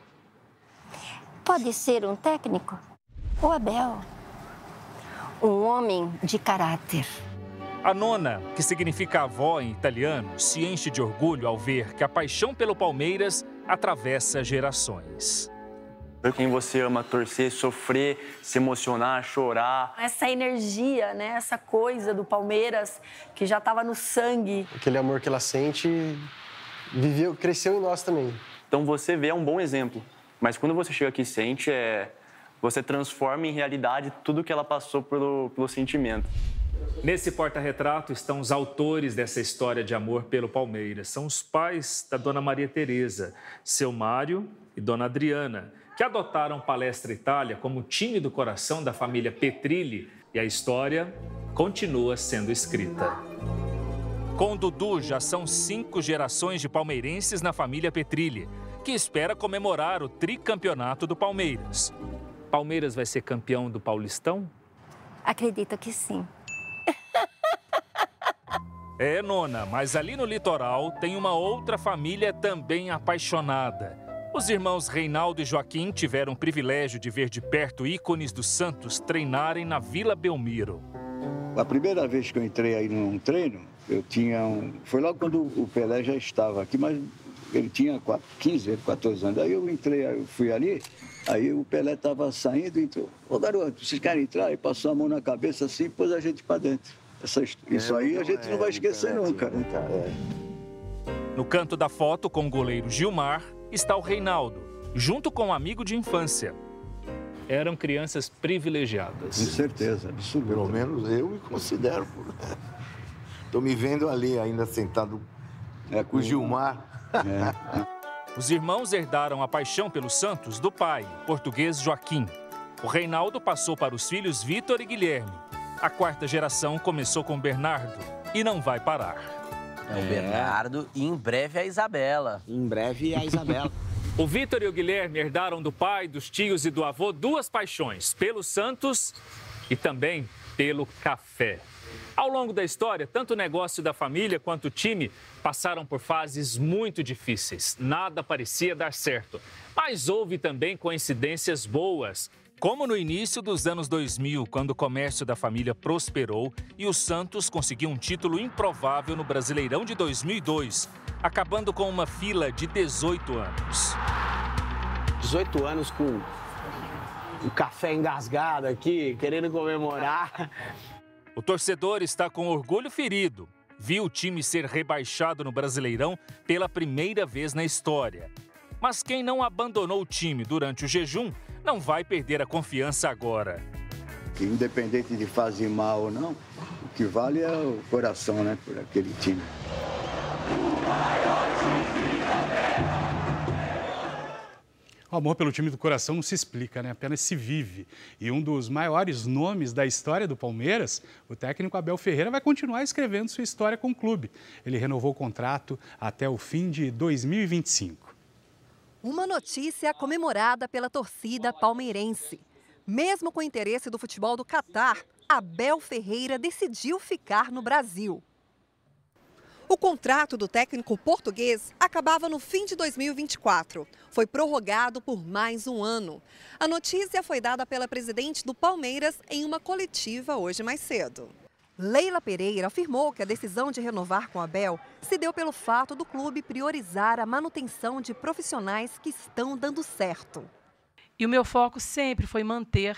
S16: Pode ser um técnico? O Abel. Um homem de caráter.
S21: A nona, que significa avó em italiano, se enche de orgulho ao ver que a paixão pelo Palmeiras atravessa gerações.
S22: Ver quem você ama, torcer, sofrer, se emocionar, chorar.
S28: Essa energia, né? Essa coisa do Palmeiras que já estava no sangue.
S29: Aquele amor que ela sente, viveu, cresceu em nós também.
S22: Então você vê é um bom exemplo. Mas quando você chega aqui e sente, você transforma em realidade tudo que ela passou pelo sentimento.
S21: Nesse porta-retrato estão os autores dessa história de amor pelo Palmeiras. São os pais da dona Maria Tereza, seu Mário e dona Adriana, que adotaram Palestra Itália como time do coração da família Petrilli, e a história continua sendo escrita. Com Dudu, já são 5 gerações de palmeirenses na família Petrilli, que espera comemorar o tricampeonato do Palmeiras. Palmeiras vai ser campeão do Paulistão?
S4: Acredito que sim.
S21: É, nona, mas ali no litoral tem uma outra família também apaixonada. Os irmãos Reinaldo e Joaquim tiveram o privilégio de ver de perto ícones do Santos treinarem na Vila Belmiro.
S5: A primeira vez que eu entrei aí num treino, eu tinha foi logo quando o Pelé já estava aqui, mas ele tinha 15, 14 anos. Aí eu entrei, eu fui ali, aí o Pelé estava saindo e entrou. Ô garoto, vocês querem entrar? Aí passou a mão na cabeça assim e pôs a gente para dentro. Isso aí a gente não vai esquecer nunca.
S21: No canto da foto com o goleiro Gilmar está o Reinaldo, junto com um amigo de infância. Eram crianças privilegiadas.
S5: Com certeza, absoluto.
S6: Pelo menos eu me considero. Estou me vendo ali ainda sentado com o Gilmar.
S21: Os irmãos herdaram a paixão pelo Santos do pai, português Joaquim. O Reinaldo passou para os filhos Vitor e Guilherme. A 4ª geração começou com Bernardo e não vai parar.
S8: O Bernardo e em breve a Isabela.
S6: Em breve a Isabela.
S21: O Vitor e o Guilherme herdaram do pai, dos tios e do avô 2 paixões, pelo Santos e também pelo café. Ao longo da história, tanto o negócio da família quanto o time passaram por fases muito difíceis. Nada parecia dar certo, mas houve também coincidências boas. Como no início dos anos 2000, quando o comércio da família prosperou e o Santos conseguiu um título improvável no Brasileirão de 2002, acabando com uma fila de 18 anos.
S6: 18 anos com o café engasgado aqui, querendo comemorar.
S21: O torcedor está com orgulho ferido. Viu o time ser rebaixado no Brasileirão pela primeira vez na história. Mas quem não abandonou o time durante o jejum não vai perder a confiança agora.
S5: Independente de fazer mal ou não, o que vale é o coração, né, por aquele time.
S20: O amor pelo time do coração não se explica, né? Apenas se vive. E um dos maiores nomes da história do Palmeiras, o técnico Abel Ferreira, vai continuar escrevendo sua história com o clube. Ele renovou o contrato até o fim de 2025.
S15: Uma notícia comemorada pela torcida palmeirense. Mesmo com o interesse do futebol do Catar, Abel Ferreira decidiu ficar no Brasil. O contrato do técnico português acabava no fim de 2024. Foi prorrogado por mais um ano. A notícia foi dada pela presidente do Palmeiras em uma coletiva hoje mais cedo. Leila Pereira afirmou que a decisão de renovar com Abel se deu pelo fato do clube priorizar a manutenção de profissionais que estão dando certo.
S23: E o meu foco sempre foi manter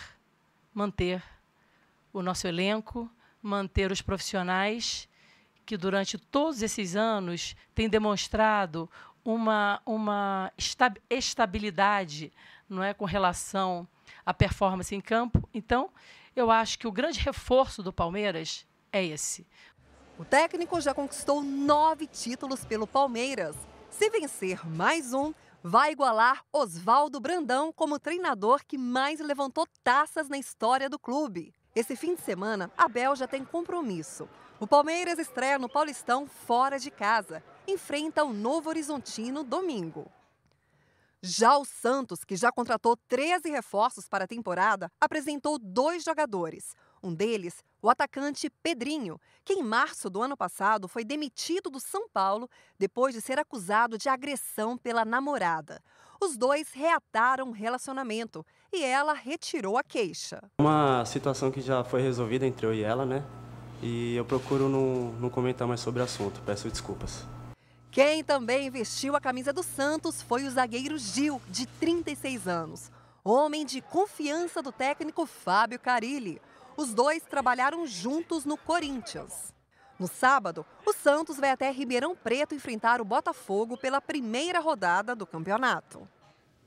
S23: o nosso elenco, manter os profissionais que durante todos esses anos têm demonstrado uma estabilidade, não é, com relação à performance em campo. Então, eu acho que o grande reforço do Palmeiras é esse.
S15: O técnico já conquistou 9 títulos pelo Palmeiras. Se vencer mais um, vai igualar Oswaldo Brandão como treinador que mais levantou taças na história do clube. Esse fim de semana, Abel já tem compromisso. O Palmeiras estreia no Paulistão fora de casa. Enfrenta o Novo Horizontino domingo. Já o Santos, que já contratou 13 reforços para a temporada, apresentou 2 jogadores. Um deles, o atacante Pedrinho, que em março do ano passado foi demitido do São Paulo depois de ser acusado de agressão pela namorada. Os dois reataram o relacionamento e ela retirou a queixa.
S24: Uma situação que já foi resolvida entre eu e ela, né? E eu procuro não comentar mais sobre o assunto. Peço desculpas.
S15: Quem também vestiu a camisa do Santos foi o zagueiro Gil, de 36 anos. Homem de confiança do técnico Fábio Carille. Os dois trabalharam juntos no Corinthians. No sábado, o Santos vai até Ribeirão Preto enfrentar o Botafogo pela primeira rodada do campeonato.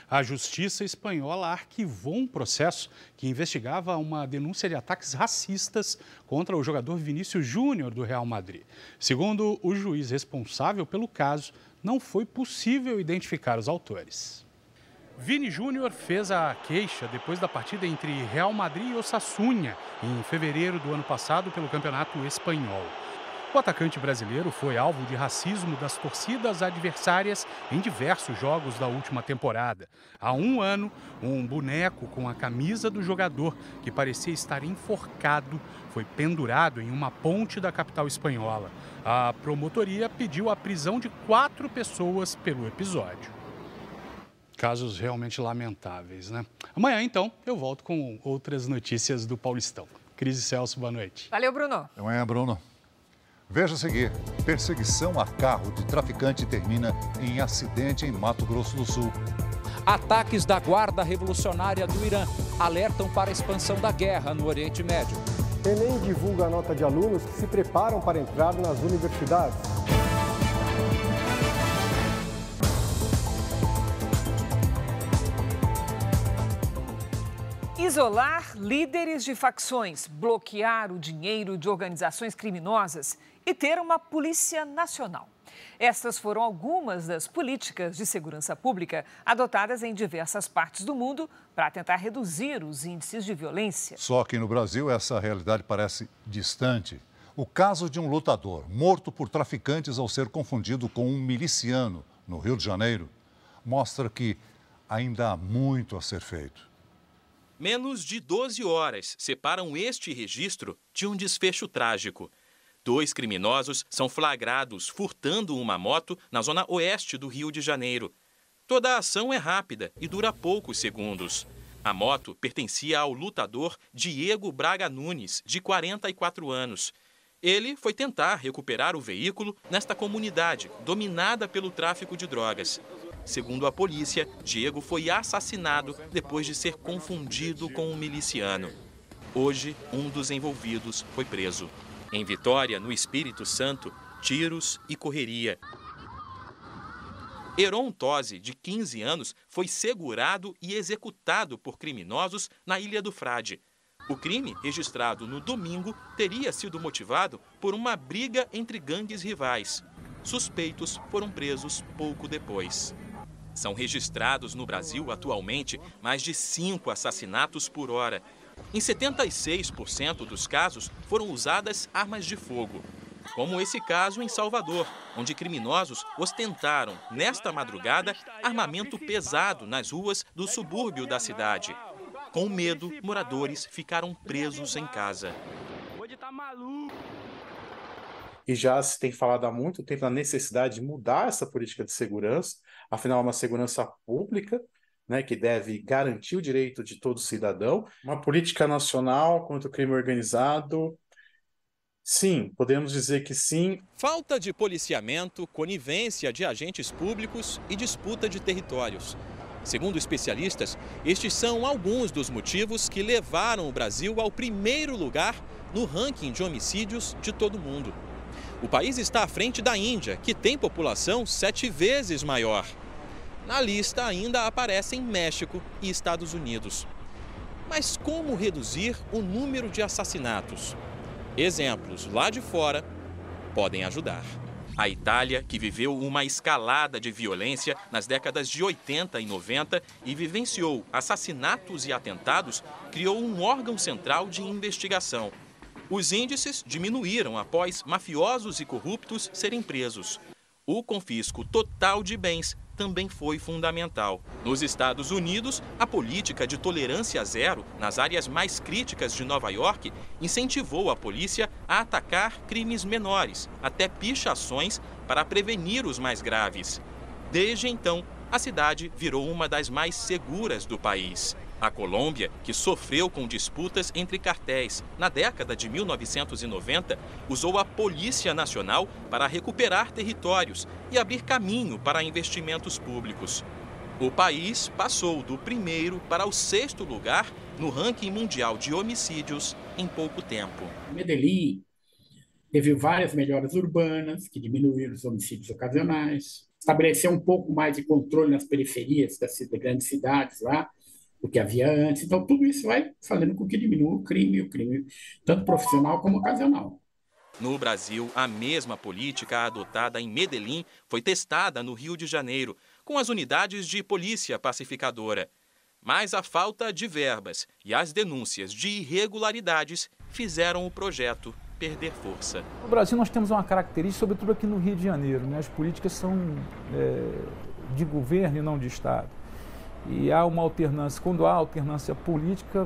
S20: A justiça espanhola arquivou um processo que investigava uma denúncia de ataques racistas contra o jogador Vinícius Júnior do Real Madrid. Segundo o juiz responsável pelo caso, não foi possível identificar os autores. Vini Júnior fez a queixa depois da partida entre Real Madrid e Osasuna, em fevereiro do ano passado, pelo Campeonato Espanhol. O atacante brasileiro foi alvo de racismo das torcidas adversárias em diversos jogos da última temporada. Há um ano, um boneco com a camisa do jogador, que parecia estar enforcado, foi pendurado em uma ponte da capital espanhola. A promotoria pediu a prisão de 4 pessoas pelo episódio. Casos realmente lamentáveis, né? Amanhã, então, eu volto com outras notícias do Paulistão. Cris e Celso, boa noite.
S2: Valeu, Bruno.
S3: Amanhã, Bruno. Veja a seguir. Perseguição a carro de traficante termina em acidente em Mato Grosso do Sul.
S1: Ataques da Guarda Revolucionária do Irã alertam para a expansão da guerra no Oriente Médio.
S7: Enem divulga a nota de alunos que se preparam para entrar nas universidades.
S2: Isolar líderes de facções, bloquear o dinheiro de organizações criminosas e ter uma polícia nacional. Estas foram algumas das políticas de segurança pública adotadas em diversas partes do mundo para tentar reduzir os índices de violência.
S3: Só que no Brasil essa realidade parece distante. O caso de um lutador morto por traficantes ao ser confundido com um miliciano no Rio de Janeiro mostra que ainda há muito a ser feito.
S9: Menos de 12 horas separam este registro de um desfecho trágico. 2 criminosos são flagrados furtando uma moto na zona oeste do Rio de Janeiro. Toda a ação é rápida e dura poucos segundos. A moto pertencia ao lutador Diego Braga Nunes, de 44 anos. Ele foi tentar recuperar o veículo nesta comunidade, dominada pelo tráfico de drogas. Segundo a polícia, Diego foi assassinado depois de ser confundido com um miliciano. Hoje, um dos envolvidos foi preso. Em Vitória, no Espírito Santo, tiros e correria. Heron Tosi, de 15 anos, foi segurado e executado por criminosos na Ilha do Frade. O crime, registrado no domingo, teria sido motivado por uma briga entre gangues rivais. Suspeitos foram presos pouco depois. São registrados no Brasil, atualmente, mais de 5 assassinatos por hora. Em 76% dos casos foram usadas armas de fogo. Como esse caso em Salvador, onde criminosos ostentaram, nesta madrugada, armamento pesado nas ruas do subúrbio da cidade. Com medo, moradores ficaram presos em casa.
S10: E já se tem falado há muito tempo na necessidade de mudar essa política de segurança, afinal é uma segurança pública, né, que deve garantir o direito de todo cidadão. Uma política nacional contra o crime organizado, sim, podemos dizer que sim.
S9: Falta de policiamento, conivência de agentes públicos e disputa de territórios. Segundo especialistas, estes são alguns dos motivos que levaram o Brasil ao primeiro lugar no ranking de homicídios de todo o mundo. O país está à frente da Índia, que tem população 7 vezes maior. Na lista ainda aparecem México e Estados Unidos. Mas como reduzir o número de assassinatos? Exemplos lá de fora podem ajudar. A Itália, que viveu uma escalada de violência nas décadas de 80 e 90 e vivenciou assassinatos e atentados, criou um órgão central de investigação. Os índices diminuíram após mafiosos e corruptos serem presos. O confisco total de bens também foi fundamental. Nos Estados Unidos, a política de tolerância zero nas áreas mais críticas de Nova York incentivou a polícia a atacar crimes menores, até pichações, para prevenir os mais graves. Desde então, a cidade virou uma das mais seguras do país. A Colômbia, que sofreu com disputas entre cartéis na década de 1990, usou a Polícia Nacional para recuperar territórios e abrir caminho para investimentos públicos. O país passou do 1º para o 6º lugar no ranking mundial de homicídios em pouco tempo.
S11: Medellín teve várias melhoras urbanas que diminuíram os homicídios ocasionais. estabelecer um pouco mais de controle nas periferias das grandes cidades lá, do que havia antes. Então, tudo isso vai fazendo com que diminua o crime tanto profissional como ocasional.
S9: No Brasil, a mesma política adotada em Medellín foi testada no Rio de Janeiro, com as unidades de polícia pacificadora. Mas a falta de verbas e as denúncias de irregularidades fizeram o projeto perder força.
S12: No Brasil nós temos uma característica, sobretudo aqui no Rio de Janeiro, né? As políticas são de governo e não de Estado. E há uma alternância, quando há alternância política,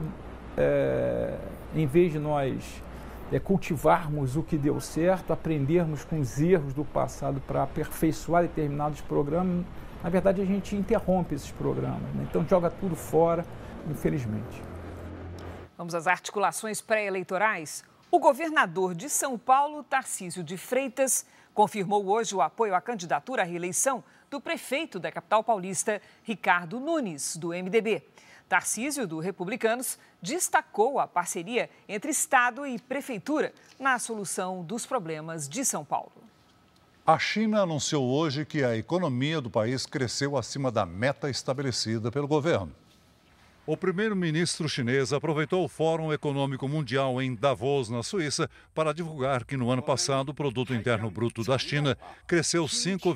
S12: em vez de nós cultivarmos o que deu certo, aprendermos com os erros do passado para aperfeiçoar determinados programas, na verdade a gente interrompe esses programas, né? Então joga tudo fora, infelizmente.
S2: Vamos às articulações pré-eleitorais. O governador de São Paulo, Tarcísio de Freitas, confirmou hoje o apoio à candidatura à reeleição do prefeito da capital paulista, Ricardo Nunes, do MDB. Tarcísio, do Republicanos, destacou a parceria entre Estado e Prefeitura na solução dos problemas de São Paulo.
S3: A China anunciou hoje que a economia do país cresceu acima da meta estabelecida pelo governo. O primeiro-ministro chinês aproveitou o Fórum Econômico Mundial em Davos, na Suíça, para divulgar que no ano passado o Produto Interno Bruto da China cresceu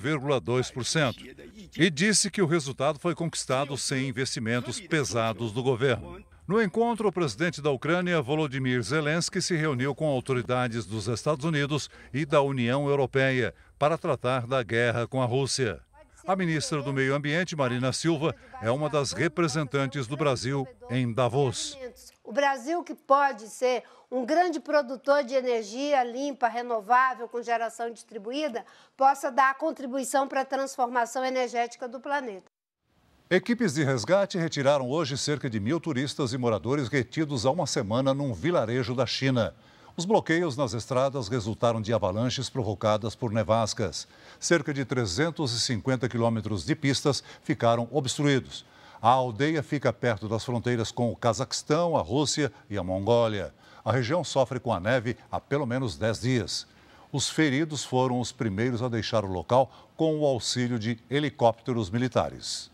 S3: 5,2% e disse que o resultado foi conquistado sem investimentos pesados do governo. No encontro, o presidente da Ucrânia, Volodymyr Zelensky, se reuniu com autoridades dos Estados Unidos e da União Europeia para tratar da guerra com a Rússia. A ministra do Meio Ambiente, Marina Silva, é uma das representantes do Brasil em Davos.
S13: O Brasil, que pode ser um grande produtor de energia limpa, renovável, com geração distribuída, possa dar a contribuição para a transformação energética do planeta.
S3: Equipes de resgate retiraram hoje cerca de 1.000 turistas e moradores retidos há uma semana num vilarejo da China. Os bloqueios nas estradas resultaram de avalanches provocadas por nevascas. Cerca de 350 quilômetros de pistas ficaram obstruídos. A aldeia fica perto das fronteiras com o Cazaquistão, a Rússia e a Mongólia. A região sofre com a neve há pelo menos 10 dias. Os feridos foram os primeiros a deixar o local com o auxílio de helicópteros militares.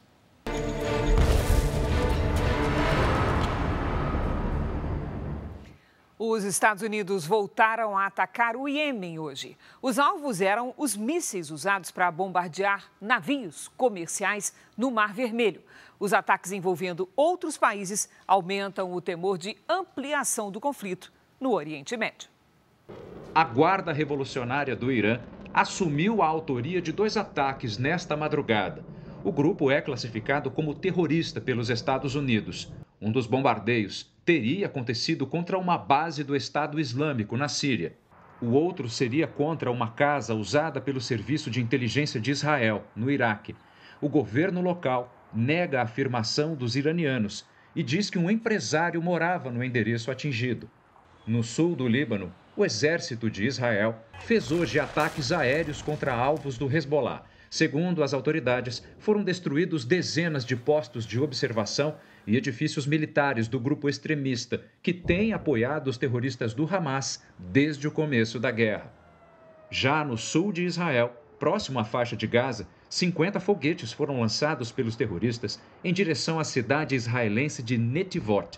S2: Os Estados Unidos voltaram a atacar o Iêmen hoje. Os alvos eram os mísseis usados para bombardear navios comerciais no Mar Vermelho. Os ataques envolvendo outros países aumentam o temor de ampliação do conflito no Oriente Médio.
S1: A Guarda Revolucionária do Irã assumiu a autoria de 2 ataques nesta madrugada. O grupo é classificado como terrorista pelos Estados Unidos. Um dos bombardeios teria acontecido contra uma base do Estado Islâmico na Síria. O outro seria contra uma casa usada pelo Serviço de Inteligência de Israel, no Iraque. O governo local nega a afirmação dos iranianos e diz que um empresário morava no endereço atingido. No sul do Líbano, o exército de Israel fez hoje ataques aéreos contra alvos do Hezbollah. Segundo as autoridades, foram destruídos dezenas de postos de observação e edifícios militares do grupo extremista, que tem apoiado os terroristas do Hamas desde o começo da guerra. Já no sul de Israel, próximo à faixa de Gaza, 50 foguetes foram lançados pelos terroristas em direção à cidade israelense de Netivot.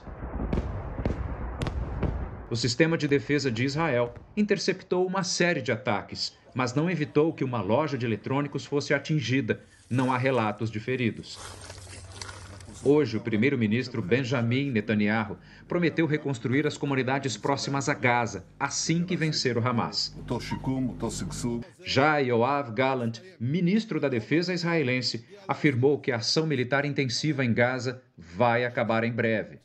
S1: O sistema de defesa de Israel interceptou uma série de ataques, mas não evitou que uma loja de eletrônicos fosse atingida. Não há relatos de feridos. Hoje, o primeiro-ministro Benjamin Netanyahu prometeu reconstruir as comunidades próximas a Gaza, assim que vencer o Hamas. Já Yoav Gallant, ministro da Defesa israelense, afirmou que a ação militar intensiva em Gaza vai acabar em breve.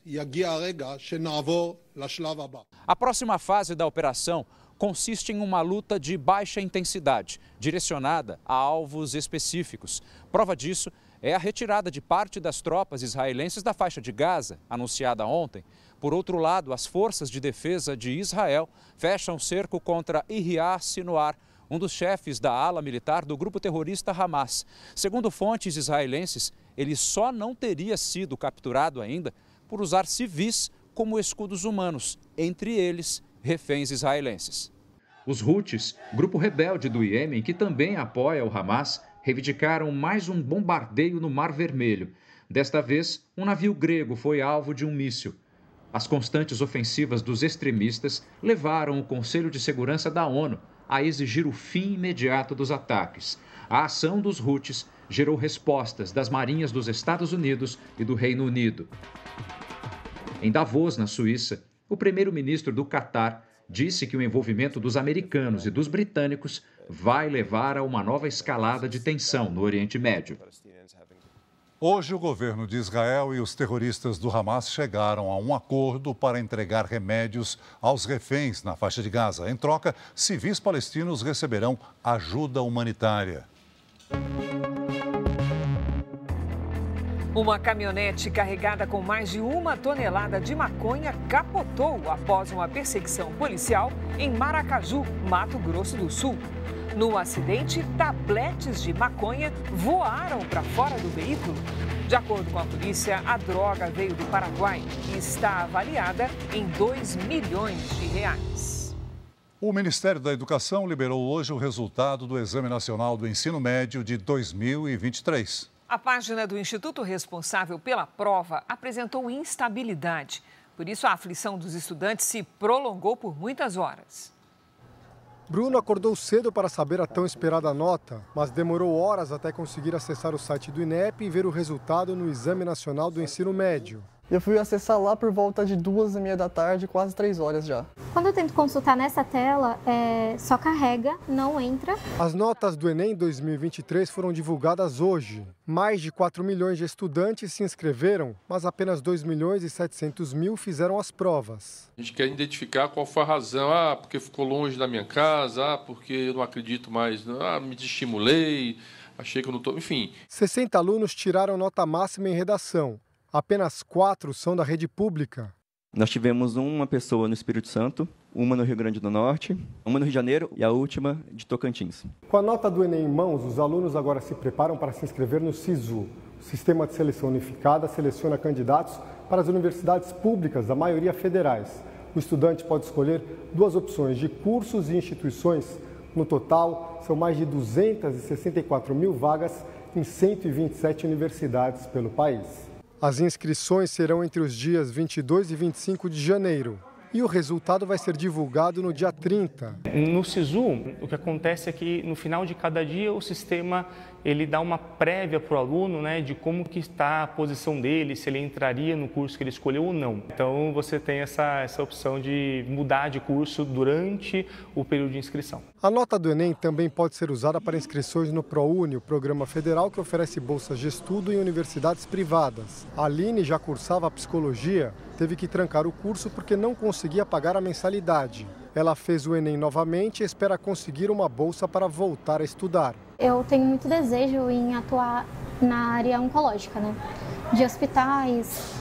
S1: A próxima fase da operação consiste em uma luta de baixa intensidade, direcionada a alvos específicos. Prova disso é a retirada de parte das tropas israelenses da faixa de Gaza, anunciada ontem. Por outro lado, as forças de defesa de Israel fecham cerco contra Yahya Sinwar, um dos chefes da ala militar do grupo terrorista Hamas. Segundo fontes israelenses, ele só não teria sido capturado ainda por usar civis como escudos humanos, entre eles reféns israelenses. Os Houthis, grupo rebelde do Iêmen que também apoia o Hamas, reivindicaram mais um bombardeio no Mar Vermelho. Desta vez, um navio grego foi alvo de um míssil. As constantes ofensivas dos extremistas levaram o Conselho de Segurança da ONU a exigir o fim imediato dos ataques. A ação dos Houthis gerou respostas das marinhas dos Estados Unidos e do Reino Unido. Em Davos, na Suíça, o primeiro-ministro do Catar disse que o envolvimento dos americanos e dos britânicos vai levar a uma nova escalada de tensão no Oriente Médio.
S3: Hoje, o governo de Israel e os terroristas do Hamas chegaram a um acordo para entregar remédios aos reféns na faixa de Gaza. Em troca, civis palestinos receberão ajuda humanitária.
S2: Uma caminhonete carregada com mais de 1 tonelada de maconha capotou após uma perseguição policial em Maracaju, Mato Grosso do Sul. No acidente, tabletes de maconha voaram para fora do veículo. De acordo com a polícia, a droga veio do Paraguai e está avaliada em R$2 milhões.
S3: O Ministério da Educação liberou hoje o resultado do Exame Nacional do Ensino Médio de 2023.
S2: A página do instituto responsável pela prova apresentou instabilidade. Por isso, a aflição dos estudantes se prolongou por muitas horas.
S7: Bruno acordou cedo para saber a tão esperada nota, mas demorou horas até conseguir acessar o site do INEP e ver o resultado no Exame Nacional do Ensino Médio.
S14: Eu fui acessar lá por volta de 2h30 da tarde, quase 3 horas já.
S16: Quando eu tento consultar nessa tela, só carrega, não entra.
S7: As notas do Enem 2023 foram divulgadas hoje. Mais de 4 milhões de estudantes se inscreveram, mas apenas 2.700.000 fizeram as provas.
S17: A gente quer identificar qual foi a razão. Porque ficou longe da minha casa, porque eu não acredito mais, me desestimulei, achei que eu não estou... Enfim.
S7: 60 alunos tiraram nota máxima em redação. Apenas 4 são da rede pública.
S18: Nós tivemos uma pessoa no Espírito Santo, uma no Rio Grande do Norte, uma no Rio de Janeiro e a última de Tocantins.
S7: Com a nota do Enem em mãos, os alunos agora se preparam para se inscrever no SISU. O Sistema de Seleção Unificada seleciona candidatos para as universidades públicas, da maioria federais. O estudante pode escolher 2 opções de cursos e instituições. No total, são mais de 264 mil vagas em 127 universidades pelo país. As inscrições serão entre os dias 22 e 25 de janeiro. E o resultado vai ser divulgado no dia 30.
S19: No SISU, o que acontece é que no final de cada dia o sistema ele dá uma prévia para o aluno, de como que está a posição dele, se ele entraria no curso que ele escolheu ou não. Então você tem essa opção de mudar de curso durante o período de inscrição.
S7: A nota do Enem também pode ser usada para inscrições no ProUni, o programa federal que oferece bolsas de estudo em universidades privadas. A Aline já cursava psicologia, teve que trancar o curso porque não conseguia pagar a mensalidade. Ela fez o Enem novamente e espera conseguir uma bolsa para voltar a estudar.
S16: Eu tenho muito desejo em atuar na área oncológica, de hospitais,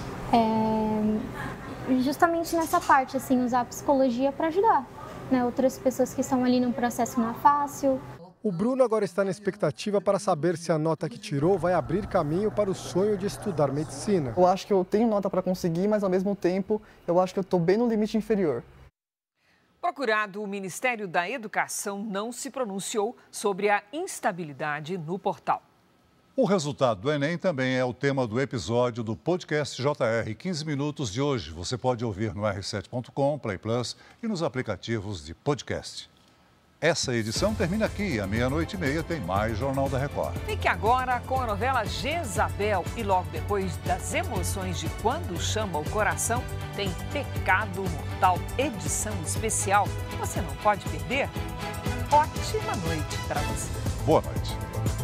S16: justamente nessa parte, usar a psicologia para ajudar, outras pessoas que estão ali no processo não é fácil.
S7: O Bruno agora está na expectativa para saber se a nota que tirou vai abrir caminho para o sonho de estudar medicina.
S14: Eu acho que eu tenho nota para conseguir, mas ao mesmo tempo eu acho que eu estou bem no limite inferior.
S2: Procurado, o Ministério da Educação não se pronunciou sobre a instabilidade no portal.
S3: O resultado do Enem também é o tema do episódio do podcast JR 15 Minutos de hoje. Você pode ouvir no r7.com, Play Plus e nos aplicativos de podcast. Essa edição termina aqui. À 00:30 tem mais Jornal da Record.
S2: Fique agora com a novela Jezabel e logo depois das emoções de Quando Chama o Coração, tem Pecado Mortal, edição especial. Você não pode perder? Ótima noite para você.
S3: Boa noite.